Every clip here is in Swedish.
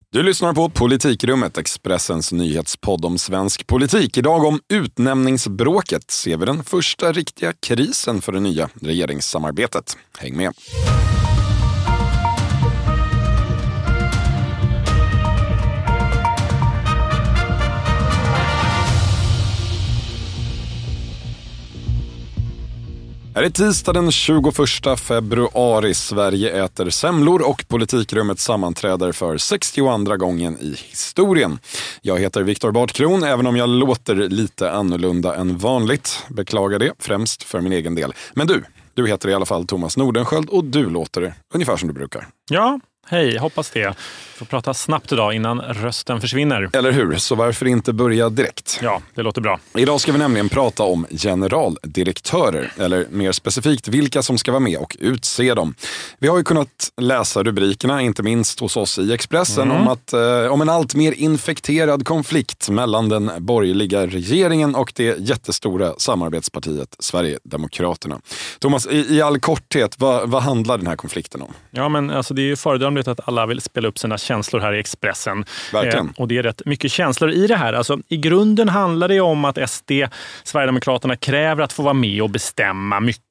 Du lyssnar på Politikrummet, Expressens nyhetspodd om svensk politik. Idag om utnämningsbråket ser vi den första riktiga krisen för det nya regeringssamarbetet. Häng med! Här är tisdag den 21 februari. Sverige äter semlor och Politikrummet sammanträder för 62:a gången i historien. Jag heter Viktor Bartkron, även om jag låter lite annorlunda än vanligt. Beklagar det, främst för min egen del. Men du heter i alla fall Thomas Nordenskjöld och du låter ungefär som du brukar. Ja, hej, hoppas det. Får prata snabbt idag innan rösten försvinner. Eller hur? Så varför inte börja direkt? Ja, det låter bra. Idag ska vi nämligen prata om generaldirektörer, eller mer specifikt vilka som ska vara med och utse dem. Vi har ju kunnat läsa rubrikerna, inte minst hos oss i Expressen, om en allt mer infekterad konflikt mellan den borgerliga regeringen och det jättestora samarbetspartiet Sverigedemokraterna. Thomas, i all korthet, vad handlar den här konflikten om? Ja, men alltså det är ju föredömligt att alla vill spela upp sina känslor här i Expressen. Verkligen. Och det är rätt mycket känslor i det här. Alltså, i grunden handlar det om att Sverigedemokraterna kräver att få vara med och bestämma mycket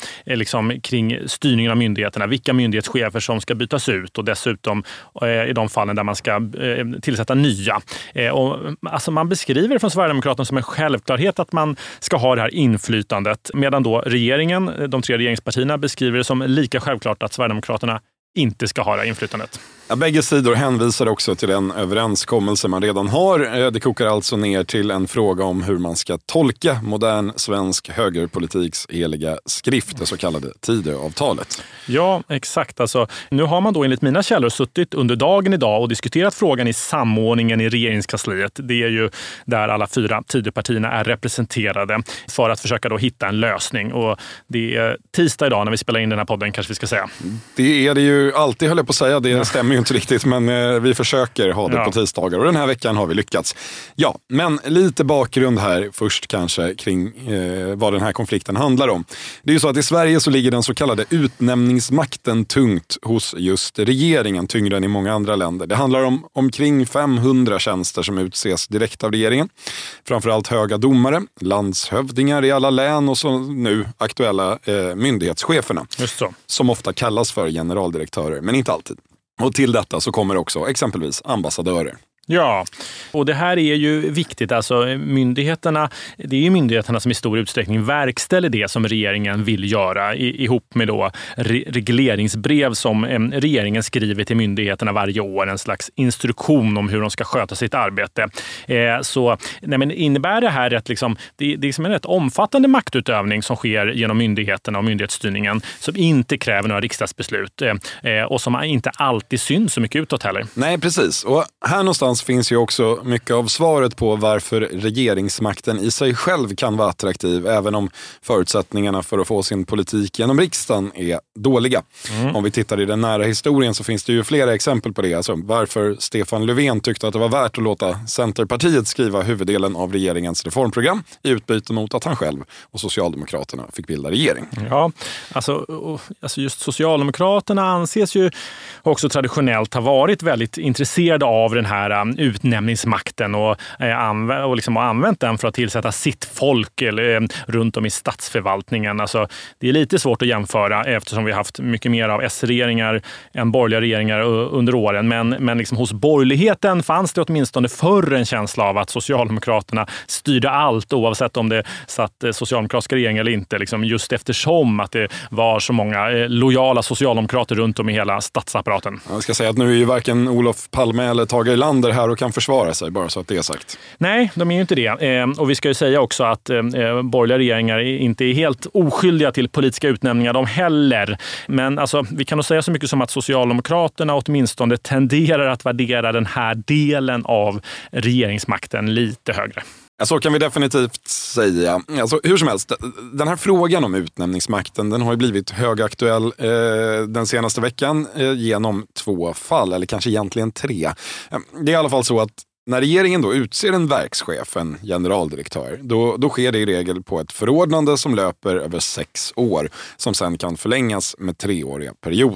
kring styrningen av myndigheterna. Vilka myndighetschefer som ska bytas ut och dessutom i de fallen där man ska tillsätta nya. Alltså man beskriver från Sverigedemokraterna som en självklarhet att man ska ha det här inflytandet, medan då regeringen, de tre regeringspartierna, beskriver det som lika självklart att Sverigedemokraterna inte ska ha det inflytandet. Ja, bägge sidor hänvisar också till den överenskommelse man redan har. Det kokar alltså ner till en fråga om hur man ska tolka modern svensk högerpolitiks heliga skrift, det så kallade Tidöavtalet. Ja, exakt. Alltså, nu har man då enligt mina källor suttit under dagen idag och diskuterat frågan i samordningen i regeringskansliet. Det är ju där alla 4 Tidöpartierna är representerade för att försöka då hitta en lösning. Och det är tisdag idag när vi spelar in den här podden, kanske vi ska säga. Det är det ju alltid, höll jag på att säga. Det stämmer ju inte riktigt, men vi försöker ha det på tisdagar och den här veckan har vi lyckats. Ja, men lite bakgrund här först kanske kring vad den här konflikten handlar om. Det är ju så att i Sverige så ligger den så kallade utnämningsmakten tungt hos just regeringen, tyngre än i många andra länder. Det handlar om omkring 500 tjänster som utses direkt av regeringen. Framförallt höga domare, landshövdingar i alla län och så nu aktuella myndighetscheferna. Just så. Som ofta kallas för generaldirektörer, men inte alltid. Och till detta så kommer också exempelvis ambassadörer. Ja, och det här är ju viktigt. Alltså myndigheterna, det är ju myndigheterna som i stor utsträckning verkställer det som regeringen vill göra ihop med då regleringsbrev som regeringen skriver till myndigheterna varje år, en slags instruktion om hur de ska sköta sitt arbete. Innebär det här att det är liksom en rätt omfattande maktutövning som sker genom myndigheterna och myndighetsstyrningen som inte kräver några riksdagsbeslut och som inte alltid syns så mycket utåt heller. Nej, precis. Och här någonstans finns ju också mycket av svaret på varför regeringsmakten i sig själv kan vara attraktiv, även om förutsättningarna för att få sin politik genom riksdagen är dåliga. Om vi tittar i den nära historien så finns det ju flera exempel på det. Alltså varför Stefan Löfven tyckte att det var värt att låta Centerpartiet skriva huvuddelen av regeringens reformprogram i utbyte mot att han själv och Socialdemokraterna fick bilda regering. Ja, alltså just Socialdemokraterna anses ju också traditionellt ha varit väldigt intresserade av den här utnämningsmakten och använt den för att tillsätta sitt folk runt om i statsförvaltningen. Alltså, det är lite svårt att jämföra eftersom vi har haft mycket mer av S-regeringar än borgerliga regeringar under åren. Men hos borgerligheten fanns det åtminstone förr en känsla av att Socialdemokraterna styrde allt oavsett om det satt socialdemokratiska regeringar eller inte. Just eftersom att det var så många lojala socialdemokrater runt om i hela statsapparaten. Jag ska säga att nu är ju varken Olof Palme eller Tage Erlander här och kan försvara sig, bara så att det är sagt. Nej, de är ju inte det. Och vi ska ju säga också att borgerliga regeringar inte är helt oskyldiga till politiska utnämningar de heller. Men vi kan nog säga så mycket som att Socialdemokraterna åtminstone tenderar att värdera den här delen av regeringsmakten lite högre. Så kan vi definitivt säga. Hur som helst, den här frågan om utnämningsmakten, den har ju blivit högaktuell den senaste veckan genom 2 fall, eller kanske egentligen 3. Det är i alla fall så att när regeringen då utser en verkschef, en generaldirektör, då sker det i regel på ett förordnande som löper över 6 år, som sen kan förlängas med 3-åriga perioder.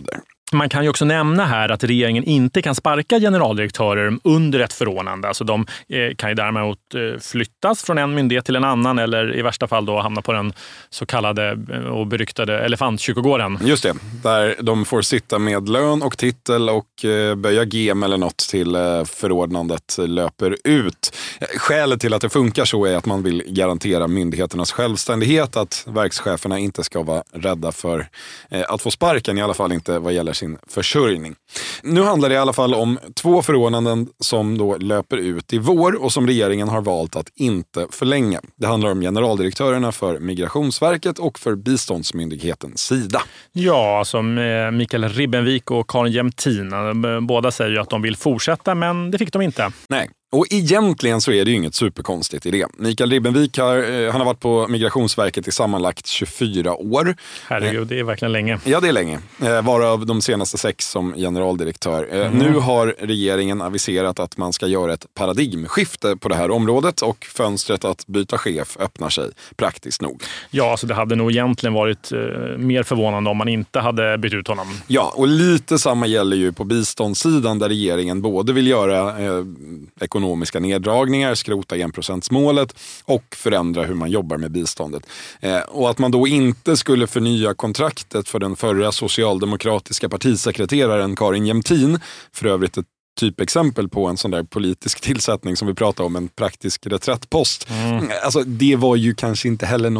Man kan ju också nämna här att regeringen inte kan sparka generaldirektörer under ett förordnande. Alltså de kan ju däremot flyttas från en myndighet till en annan eller i värsta fall då hamna på den så kallade och beryktade elefantkyrkogården. Just det, där de får sitta med lön och titel och böja gem eller något till förordnandet löper ut. Skälet till att det funkar så är att man vill garantera myndigheternas självständighet, att verkscheferna inte ska vara rädda för att få sparken, i alla fall inte vad gäller sin försörjning. Nu handlar det i alla fall om 2 förordnanden som då löper ut i vår och som regeringen har valt att inte förlänga. Det handlar om generaldirektörerna för Migrationsverket och för biståndsmyndigheten Sida. Ja, som Mikael Ribbenvik och Karin Jämtin. Båda säger ju att de vill fortsätta, men det fick de inte. Nej. Och egentligen så är det ju inget superkonstigt i det. Mikael Ribbenvik han har varit på Migrationsverket i sammanlagt 24 år. Herregud, det är verkligen länge. Ja, det är länge. Varav de senaste 6 som generaldirektör. Nu har regeringen aviserat att man ska göra ett paradigmskifte på det här området och fönstret att byta chef öppnar sig praktiskt nog. Ja, så det hade nog egentligen varit mer förvånande om man inte hade bytt ut honom. Ja, och lite samma gäller ju på biståndssidan där regeringen både vill göra ekonomiska neddragningar, skrota 1%-målet och förändra hur man jobbar med biståndet. Och att man då inte skulle förnya kontraktet för den förra socialdemokratiska partisekreteraren Karin Jämtin, för övrigt ett typexempel på en sån där politisk tillsättning som vi pratar om, en praktisk reträttpost. Alltså det var ju kanske inte heller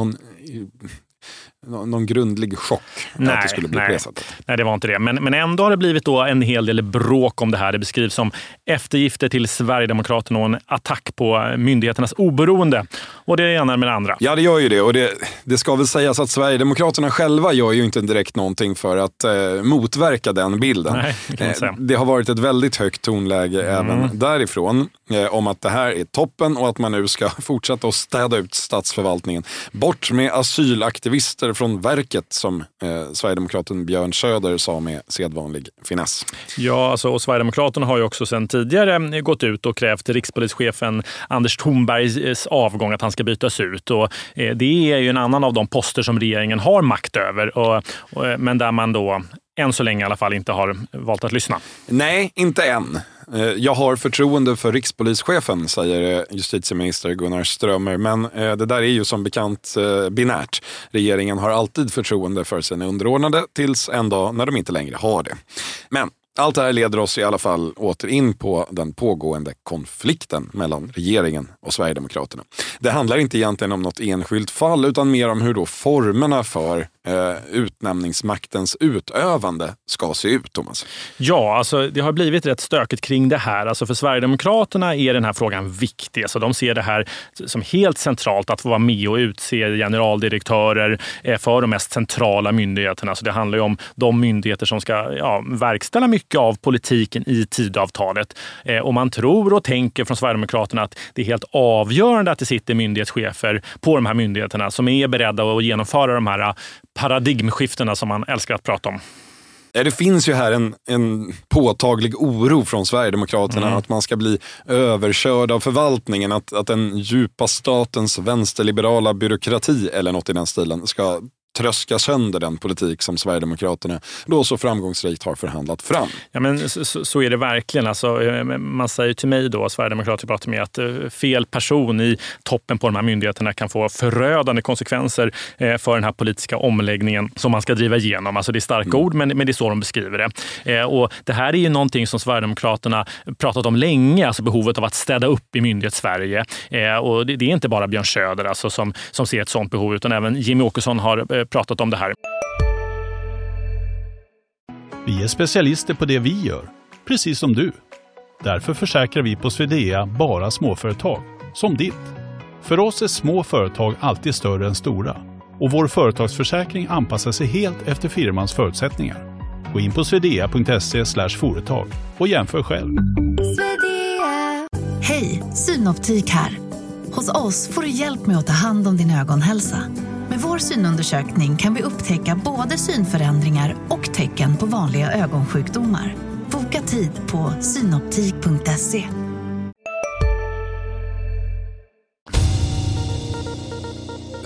någon grundlig chock att det skulle bli på det sättet. Nej, det var inte det. Men ändå har det blivit då en hel del bråk om det här. Det beskrivs som eftergifter till Sverigedemokraterna och en attack på myndigheternas oberoende. Och det ena med det andra. Ja, det gör ju det. Och det ska väl sägas att Sverigedemokraterna själva gör ju inte direkt någonting för att motverka den bilden. Nej, det har varit ett väldigt högt tonläge även därifrån om att det här är toppen och att man nu ska fortsätta att städa ut statsförvaltningen. Bort med asylaktivister från verket, som Sverigedemokraten Björn Söder sa med sedvanlig finess. Ja, alltså, och Sverigedemokraterna har ju också sedan tidigare gått ut och krävt rikspolischefen Anders Thornbergs avgång, att han ska bytas ut. Och det är ju en annan av de poster som regeringen har makt över, men där man då än så länge i alla fall inte har valt att lyssna. Nej, inte än. Jag har förtroende för rikspolischefen, säger justitieminister Gunnar Strömmer, men det där är ju som bekant binärt. Regeringen har alltid förtroende för sina underordnade tills en dag när de inte längre har det. Men allt det här leder oss i alla fall åter in på den pågående konflikten mellan regeringen och Sverigedemokraterna. Det handlar inte egentligen om något enskilt fall utan mer om hur då formerna för utnämningsmaktens utövande ska se ut, Thomas. Ja, alltså det har blivit rätt stökigt kring det här. Alltså för Sverigedemokraterna är den här frågan viktig. Alltså de ser det här som helt centralt att få vara med och utse generaldirektörer för de mest centrala myndigheterna. Så det handlar ju om de myndigheter som ska verkställa mycket av politiken i Tidöavtalet. Och man tror och tänker från Sverigedemokraterna att det är helt avgörande att det sitter myndighetschefer på de här myndigheterna som är beredda att genomföra de här paradigmskiftena som man älskar att prata om. Det finns ju här en påtaglig oro från Sverigedemokraterna att man ska bli överkörd av förvaltningen, att den djupa statens vänsterliberala byråkrati eller något i den stilen ska tröska sönder den politik som Sverigedemokraterna då så framgångsrikt har förhandlat fram. Ja, men så är det verkligen. Alltså, man säger till mig då, Sverigedemokrater pratar med, att fel person i toppen på de här myndigheterna kan få förödande konsekvenser för den här politiska omläggningen som man ska driva igenom. Alltså det är starka ord, men det är så de beskriver det. Och det här är ju någonting som Sverigedemokraterna pratat om länge, alltså behovet av att städa upp i myndighetssverige. Och det är inte bara Björn Söder alltså, som ser ett sådant behov, utan även Jimmy Åkesson har pratat om det här. Vi är specialister på det vi gör, precis som du. Därför försäkrar vi på Swedea bara småföretag, som ditt. För oss är små företag alltid större än stora. Och vår företagsförsäkring anpassar sig helt efter firmans förutsättningar. Gå in på swedea.se/företag och jämför själv. Hej, Synoptik här. Hos oss får du hjälp med att ta hand om din ögonhälsa. Med vår synundersökning kan vi upptäcka både synförändringar och tecken på vanliga ögonsjukdomar. Boka tid på synoptik.se.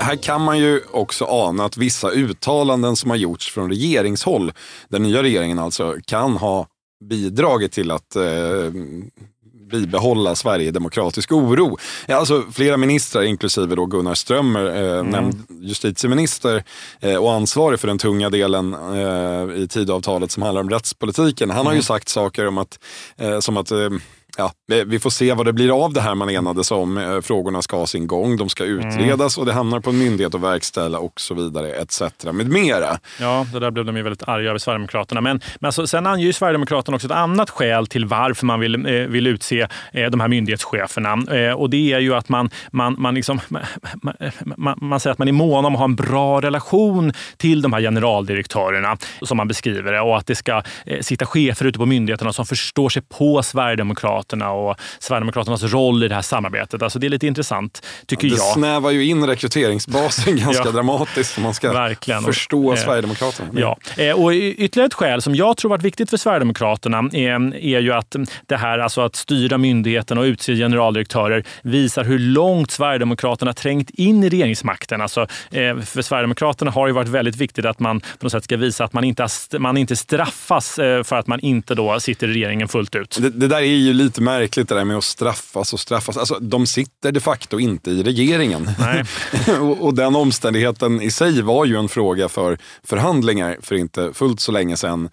här kan man ju också ana att vissa uttalanden som har gjorts från regeringshåll, den nya regeringen alltså, kan ha bidragit till att bibehålla Sverigedemokratisk oro. Alltså flera ministrar, inklusive då Gunnar Strömmer, nämnd justitieminister och ansvarig för den tunga delen i Tidöavtalet som handlar om rättspolitiken. Han har ju sagt saker om att, som att vi får se vad det blir av det här man enades om. Frågorna ska ha sin gång, de ska utredas och det hamnar på en myndighet att verkställa och så vidare, etc. med mera. Ja, det där blev de ju väldigt arga över Sverigedemokraterna. Men alltså, sen anger ju Sverigedemokraterna också ett annat skäl till varför man vill utse de här myndighetscheferna. Och det är ju att man säger att man är mån om att ha en bra relation till de här generaldirektörerna, som man beskriver det. Och att det ska sitta chefer ute på myndigheterna som förstår sig på Sverigedemokraterna och Sverigedemokraternas roll i det här samarbetet. Alltså det är lite intressant, tycker jag. Det snävar ju in rekryteringsbasen ganska dramatiskt om man ska verkligen förstå Sverigedemokraterna. Ja, och ytterligare ett skäl som jag tror varit viktigt för Sverigedemokraterna är ju att det här, alltså att styra myndigheten och utse generaldirektörer, visar hur långt Sverigedemokraterna trängt in i regeringsmakten. Alltså, för Sverigedemokraterna har ju varit väldigt viktigt att man på något sätt ska visa att man inte straffas för att man inte då sitter i regeringen fullt ut. Det där är ju lite märkligt, det där med att straffas. Alltså, de sitter de facto inte i regeringen. Nej. och den omständigheten i sig var ju en fråga för förhandlingar för inte fullt så länge sedan.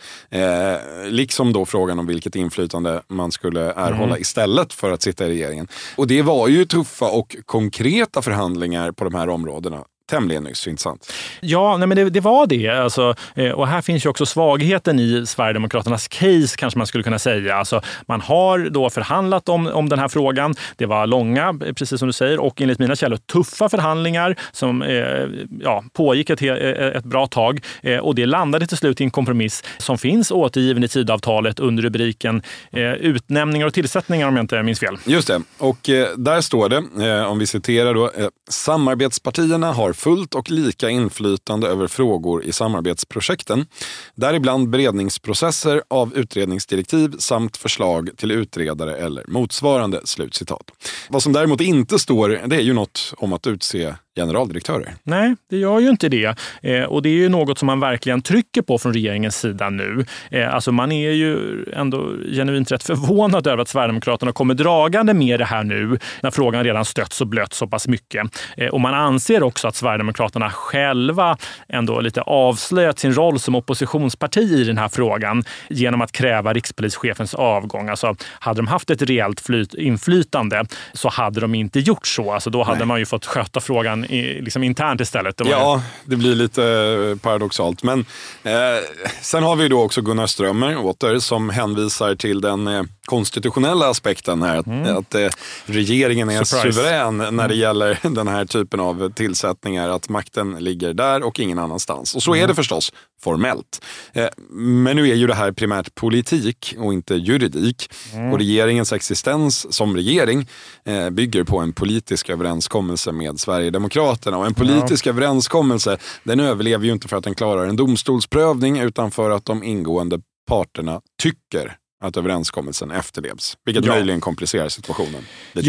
Liksom då frågan om vilket inflytande man skulle erhålla istället för att sitta i regeringen. Och det var ju tuffa och konkreta förhandlingar på de här områdena. Tämligen nyss, inte sant? Ja, nej, men det var det. Alltså, och här finns ju också svagheten i Sverigedemokraternas case, kanske man skulle kunna säga. Alltså, man har då förhandlat om den här frågan. Det var långa, precis som du säger, och enligt mina källor tuffa förhandlingar som pågick ett bra tag. Och det landade till slut i en kompromiss som finns återgiven i Tidöavtalet under rubriken utnämningar och tillsättningar, om jag inte minns fel. Just det, och där står det, om vi citerar då, samarbetspartierna har fullt och lika inflytande över frågor i samarbetsprojekten, däribland beredningsprocesser av utredningsdirektiv samt förslag till utredare eller motsvarande, slutcitat. Vad som däremot inte står, det är ju något om att utse generaldirektörer. Nej, det gör ju inte det. Och det är ju något som man verkligen trycker på från regeringens sida nu. Alltså man är ju ändå genuint rätt förvånad över att Sverigedemokraterna kommer dragande med det här nu, när frågan redan stötts och blött så pass mycket. Och man anser också att Sverigedemokraterna själva ändå lite avslöjat sin roll som oppositionsparti i den här frågan genom att kräva rikspolischefens avgång. Alltså hade de haft ett rejält inflytande så hade de inte gjort så. Alltså då hade man ju fått sköta frågan liksom internt istället. Det blir lite paradoxalt. Men sen har vi då också Gunnar Strömmer åter som hänvisar till den konstitutionella aspekten här. Att regeringen är suverän när det gäller den här typen av tillsättningar. Att makten ligger där och ingen annanstans. Och så är det förstås formellt. Men nu är ju det här primärt politik och inte juridik. Och regeringens existens som regering bygger på en politisk överenskommelse med Sverigedemokraterna. Och en politisk överenskommelse, den överlever ju inte för att den klarar en domstolsprövning utan för att de ingående parterna tycker att överenskommelsen efterlevs. Vilket möjligen komplicerar situationen.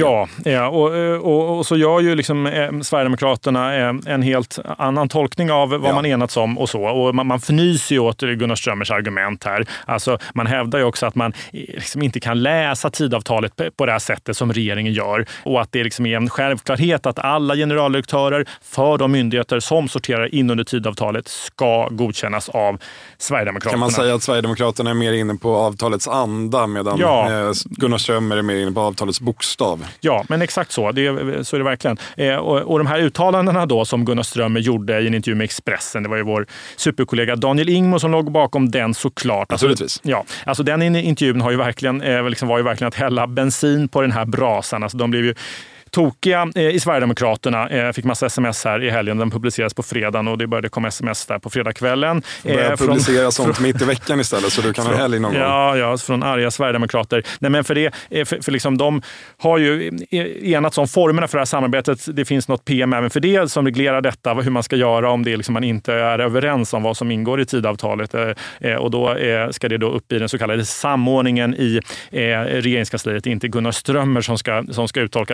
Och så gör ju liksom Sverigedemokraterna en helt annan tolkning av vad man enats om och så. Och man förnyser ju åt Gunnar Strömmers argument här. Alltså man hävdar ju också att man liksom inte kan läsa Tidöavtalet på det här sättet som regeringen gör. Och att det liksom är en självklarhet att alla generaldirektörer för de myndigheter som sorterar in under Tidöavtalet ska godkännas av Sverigedemokraterna. Kan man säga att Sverigedemokraterna är mer inne på avtalets anda medan Gunnar Strömmer är mer inne på avtalets bokstav? Ja, men exakt så. Så är det verkligen. Och de här uttalandena då som Gunnar Strömmer gjorde i en intervju med Expressen, det var ju vår superkollega Daniel Ingmo som låg bakom den såklart. Naturligtvis. Alltså den intervjun har ju verkligen, var ju verkligen att hälla bensin på den här brasan. Alltså de blev ju tokiga i Sverigedemokraterna. Fick massa sms här i helgen. Den publicerades på fredagen och det började komma sms där på fredagskvällen. Började publicera sånt mitt i veckan istället så du kan ha helg någon gång. Ja, från arga Sverigedemokrater. Nej, men för liksom de har ju enats om formerna för det här samarbetet. Det finns något PM även för det som reglerar detta, hur man ska göra om det liksom man inte är överens om vad som ingår i Tidöavtalet. Och då ska det då upp i den så kallade samordningen i regeringskansliet, inte Gunnar Strömmer som ska uttolka detta.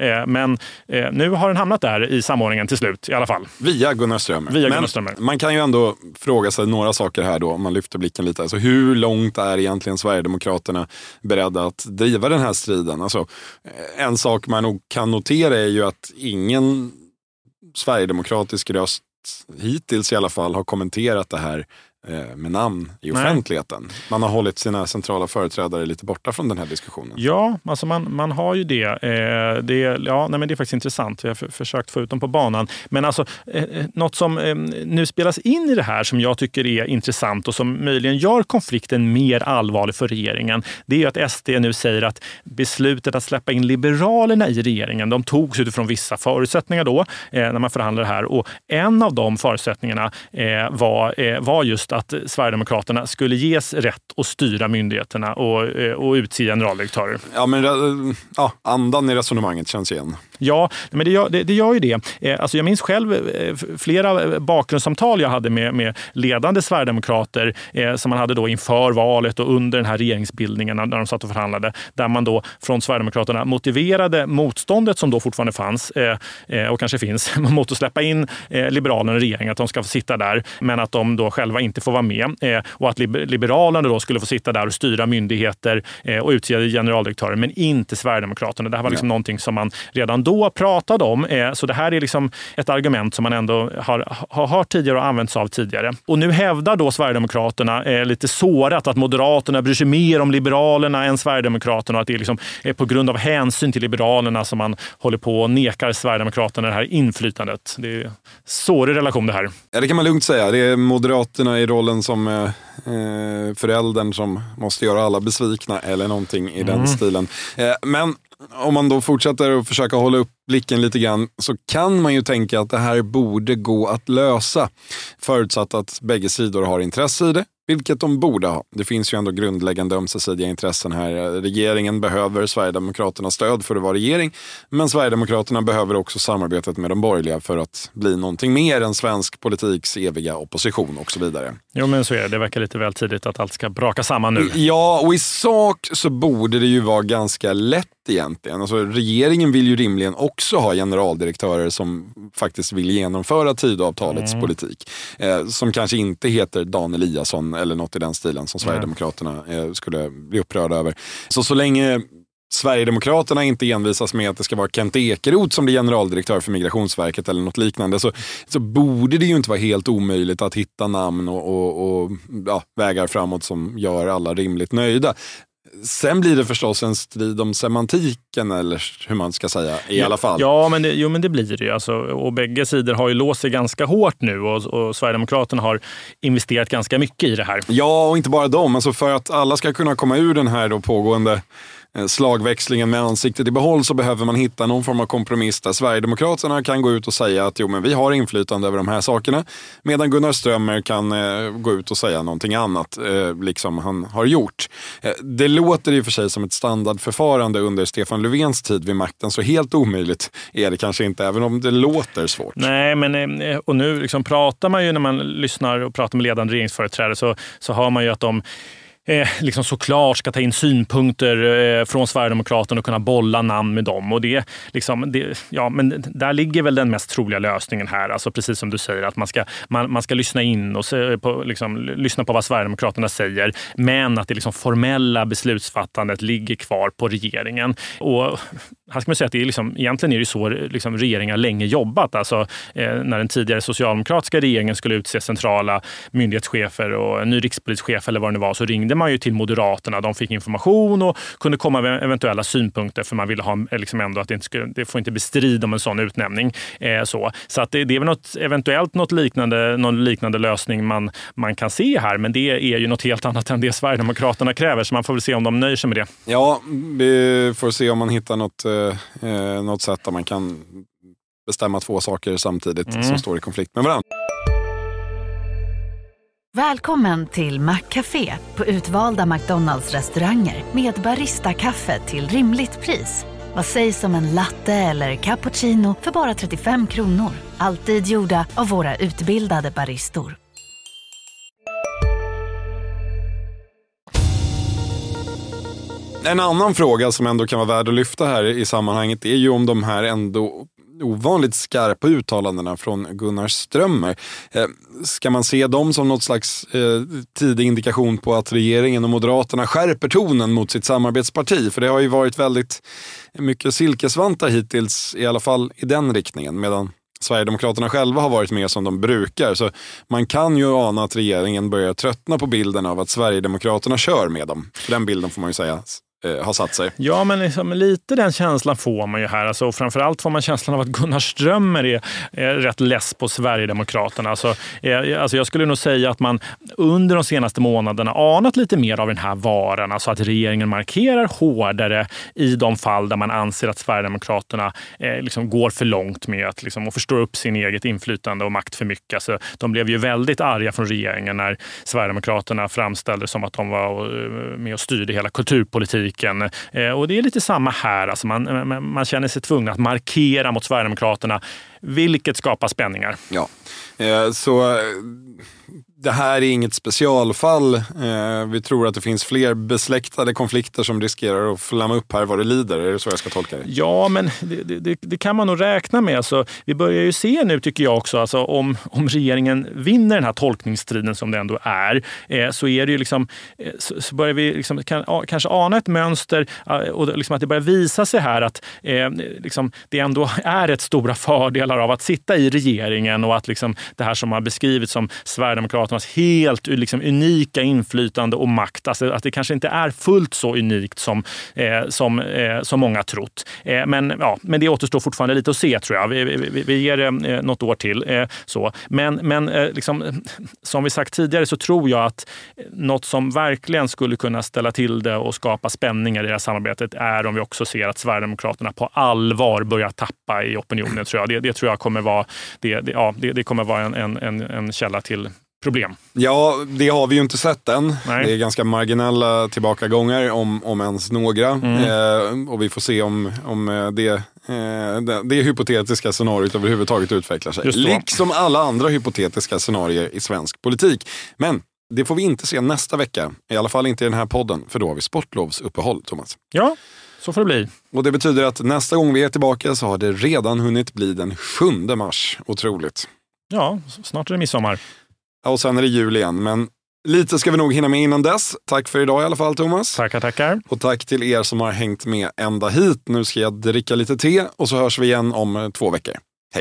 Men nu har den hamnat där i samordningen till slut i alla fall. Via Gunnar Strömmer. Man kan ju ändå fråga sig några saker här då, om man lyfter blicken lite. Alltså, hur långt är egentligen Sverigedemokraterna beredda att driva den här striden? Alltså, en sak man nog kan notera är ju att ingen sverigedemokratisk röst hittills i alla fall har kommenterat det här med namn i offentligheten. Man har hållit sina centrala företrädare lite borta från den här diskussionen. Ja, alltså man har ju det. Men det är faktiskt intressant. Vi har försökt få ut dem på banan. Men alltså, något som nu spelas in i det här som jag tycker är intressant och som möjligen gör konflikten mer allvarlig för regeringen, det är att SD nu säger att beslutet att släppa in Liberalerna i regeringen, de togs utifrån vissa förutsättningar då när man förhandlade det här. Och en av de förutsättningarna var just att Sverigedemokraterna skulle ges rätt att styra myndigheterna och utse generaldirektörer. Ja, men andan i resonemanget känns igen. Ja, men det gör ju det. Alltså jag minns själv flera bakgrundssamtal jag hade med ledande Sverigedemokrater som man hade då inför valet och under den här regeringsbildningen när de satt och förhandlade, där man då från Sverigedemokraterna motiverade motståndet som då fortfarande fanns och kanske finns mot att släppa in Liberalerna i regeringen, att de ska få sitta där, men att de då själva inte får vara med och att Liberalerna då skulle få sitta där och styra myndigheter och utse generaldirektörer, men inte Sverigedemokraterna. Det här var liksom någonting som man redan då pratade om. Så det här är liksom ett argument som man ändå har hört tidigare och använt sig av tidigare. Och nu hävdar då Sverigedemokraterna lite sårat att Moderaterna bryr sig mer om Liberalerna än Sverigedemokraterna och att det är liksom på grund av hänsyn till Liberalerna som man håller på och nekar Sverigedemokraterna det här inflytandet. Det är sårig relation det här. Ja, det kan man lugnt säga. Det är Moderaterna i rollen som föräldern som måste göra alla besvikna eller någonting i den stilen. Men om man då fortsätter att försöka hålla upp blicken lite grann, så kan man ju tänka att det här borde gå att lösa, förutsatt att bägge sidor har intresse i det, vilket de borde ha. Det finns ju ändå grundläggande ömsesidiga intressen här. Regeringen behöver Sverigedemokraternas stöd för att vara regering, men Sverigedemokraterna behöver också samarbetet med de borgerliga för att bli någonting mer än svensk politiks eviga opposition och så vidare. Jo, men så är det. Det verkar lite väl tidigt att allt ska braka samman nu. Ja, och i sak så borde det ju vara ganska lätt egentligen. Alltså, regeringen vill ju rimligen också ha generaldirektörer som faktiskt vill genomföra Tidöavtalets politik. Som kanske inte heter Dan Eliasson eller något i den stilen som Sverigedemokraterna skulle bli upprörda över. Så länge Sverigedemokraterna inte envisas med att det ska vara Kent Ekeroth som blir generaldirektör för Migrationsverket eller något liknande, så borde det ju inte vara helt omöjligt att hitta namn och vägar framåt som gör alla rimligt nöjda. Sen blir det förstås en strid om semantiken, eller hur man ska säga, i alla fall. Ja, men det blir det. Alltså, och bägge sidor har ju låst sig ganska hårt nu och Sverigedemokraterna har investerat ganska mycket i det här. Ja, och inte bara dem. Alltså för att alla ska kunna komma ur den här då pågående slagväxlingen med ansiktet i behåll, så behöver man hitta någon form av kompromiss där Sverigedemokraterna kan gå ut och säga att men vi har inflytande över de här sakerna, medan Gunnar Strömmer kan gå ut och säga någonting annat, liksom han har gjort. Det låter i och för sig som ett standardförfarande under Stefan Löfvens tid vid makten, så helt omöjligt är det kanske inte, även om det låter svårt. Nej, men och nu liksom pratar man ju, när man lyssnar och pratar med ledande regeringsföreträdare, så hör man ju att de liksom såklart ska ta in synpunkter från Sverigedemokraterna och kunna bolla namn med dem. Och men där ligger väl den mest troliga lösningen här. Alltså precis som du säger, att man ska lyssna in och lyssna på vad Sverigedemokraterna säger, men att det liksom formella beslutsfattandet ligger kvar på regeringen. Och här ska man säga att det är egentligen är det så regeringar länge jobbat. Alltså när den tidigare socialdemokratiska regeringen skulle utse centrala myndighetschefer och en ny rikspolischef eller vad det var, så ringde man ju till Moderaterna. De fick information och kunde komma med eventuella synpunkter, för man ville ha ändå att det får inte bli strid om en sån utnämning. Så att det är väl eventuellt någon liknande lösning man kan se här, men det är ju något helt annat än det Sverigedemokraterna kräver, så man får väl se om de nöjer sig med det. Ja, vi får se om man hittar något sätt där man kan bestämma två saker samtidigt som står i konflikt med varandra. Välkommen till Maccafé på utvalda McDonalds-restauranger med Barista-kaffe till rimligt pris. Vad sägs om en latte eller cappuccino för bara 35 kronor? Alltid gjorda av våra utbildade baristor. En annan fråga som ändå kan vara värd att lyfta här i sammanhanget är ju om de här ändå ovanligt skarpa uttalandena från Gunnar Strömmer. Ska man se dem som något slags tidig indikation på att regeringen och Moderaterna skärper tonen mot sitt samarbetsparti? För det har ju varit väldigt mycket silkesvantar hittills, i alla fall i den riktningen, medan Sverigedemokraterna själva har varit mer som de brukar. Så man kan ju ana att regeringen börjar tröttna på bilden av att Sverigedemokraterna kör med dem. Den bilden får man ju säga har satt sig. Ja, men liksom, lite den känslan får man ju här. Alltså, framförallt får man känslan av att Gunnar Strömmer är rätt less på Sverigedemokraterna. Alltså, jag skulle nog säga att man under de senaste månaderna anat lite mer av den här varan. Alltså att regeringen markerar hårdare i de fall där man anser att Sverigedemokraterna liksom går för långt med att liksom, och förstår upp sin eget inflytande och makt för mycket. Alltså, de blev ju väldigt arga från regeringen när Sverigedemokraterna framställde som att de var med och styrde hela kulturpolitiken. Och det är lite samma här. Alltså man känner sig tvungen att markera mot Sverigedemokraterna, vilket skapar spänningar. Ja, så det här är inget specialfall. Vi tror att det finns fler besläktade konflikter som riskerar att flamma upp här vad det lider. Är det så jag ska tolka det? Ja, men det kan man nog räkna med. Alltså, vi börjar ju se nu, tycker jag också, alltså, om regeringen vinner den här tolkningsstriden som det ändå är, så är det ju liksom, så börjar vi liksom, kanske ana ett mönster och liksom att det börjar visa sig här att liksom, det ändå är ett stora fördelar av att sitta i regeringen och att liksom, det här som har beskrivits som Sverigedemokraternas helt liksom, unika inflytande och makt, alltså att det kanske inte är fullt så unikt som många trott. Men det återstår fortfarande lite att se, tror jag. Vi ger det något år till. Så. Men liksom, som vi sagt tidigare så tror jag att något som verkligen skulle kunna ställa till det och skapa spänningar i det här samarbetet är om vi också ser att Sverigedemokraterna på allvar börjar tappa i opinionen, tror jag. Det tror jag kommer vara, det kommer vara en källa till problem. Ja, det har vi ju inte sett än. Nej. Det är ganska marginella tillbakagångar om ens några. Och vi får se om det hypotetiska scenariot överhuvudtaget utvecklar sig. Liksom alla andra hypotetiska scenarier i svensk politik. Men det får vi inte se nästa vecka. I alla fall inte i den här podden. För då har vi sportlovsuppehåll, Thomas. Ja, så får det bli. Och det betyder att nästa gång vi är tillbaka så har det redan hunnit bli den 7 mars. Otroligt. Ja, snart är det midsommar. Ja, och sen är det jul igen. Men lite ska vi nog hinna med innan dess. Tack för idag i alla fall, Thomas. Tackar. Och tack till er som har hängt med ända hit. Nu ska jag dricka lite te och så hörs vi igen om 2 veckor. Hej!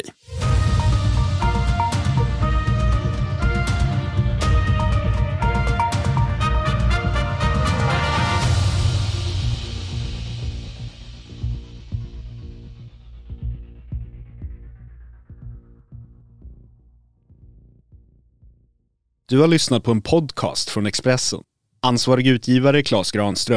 Du har lyssnat på en podcast från Expressen. Ansvarig utgivare Claes Granström.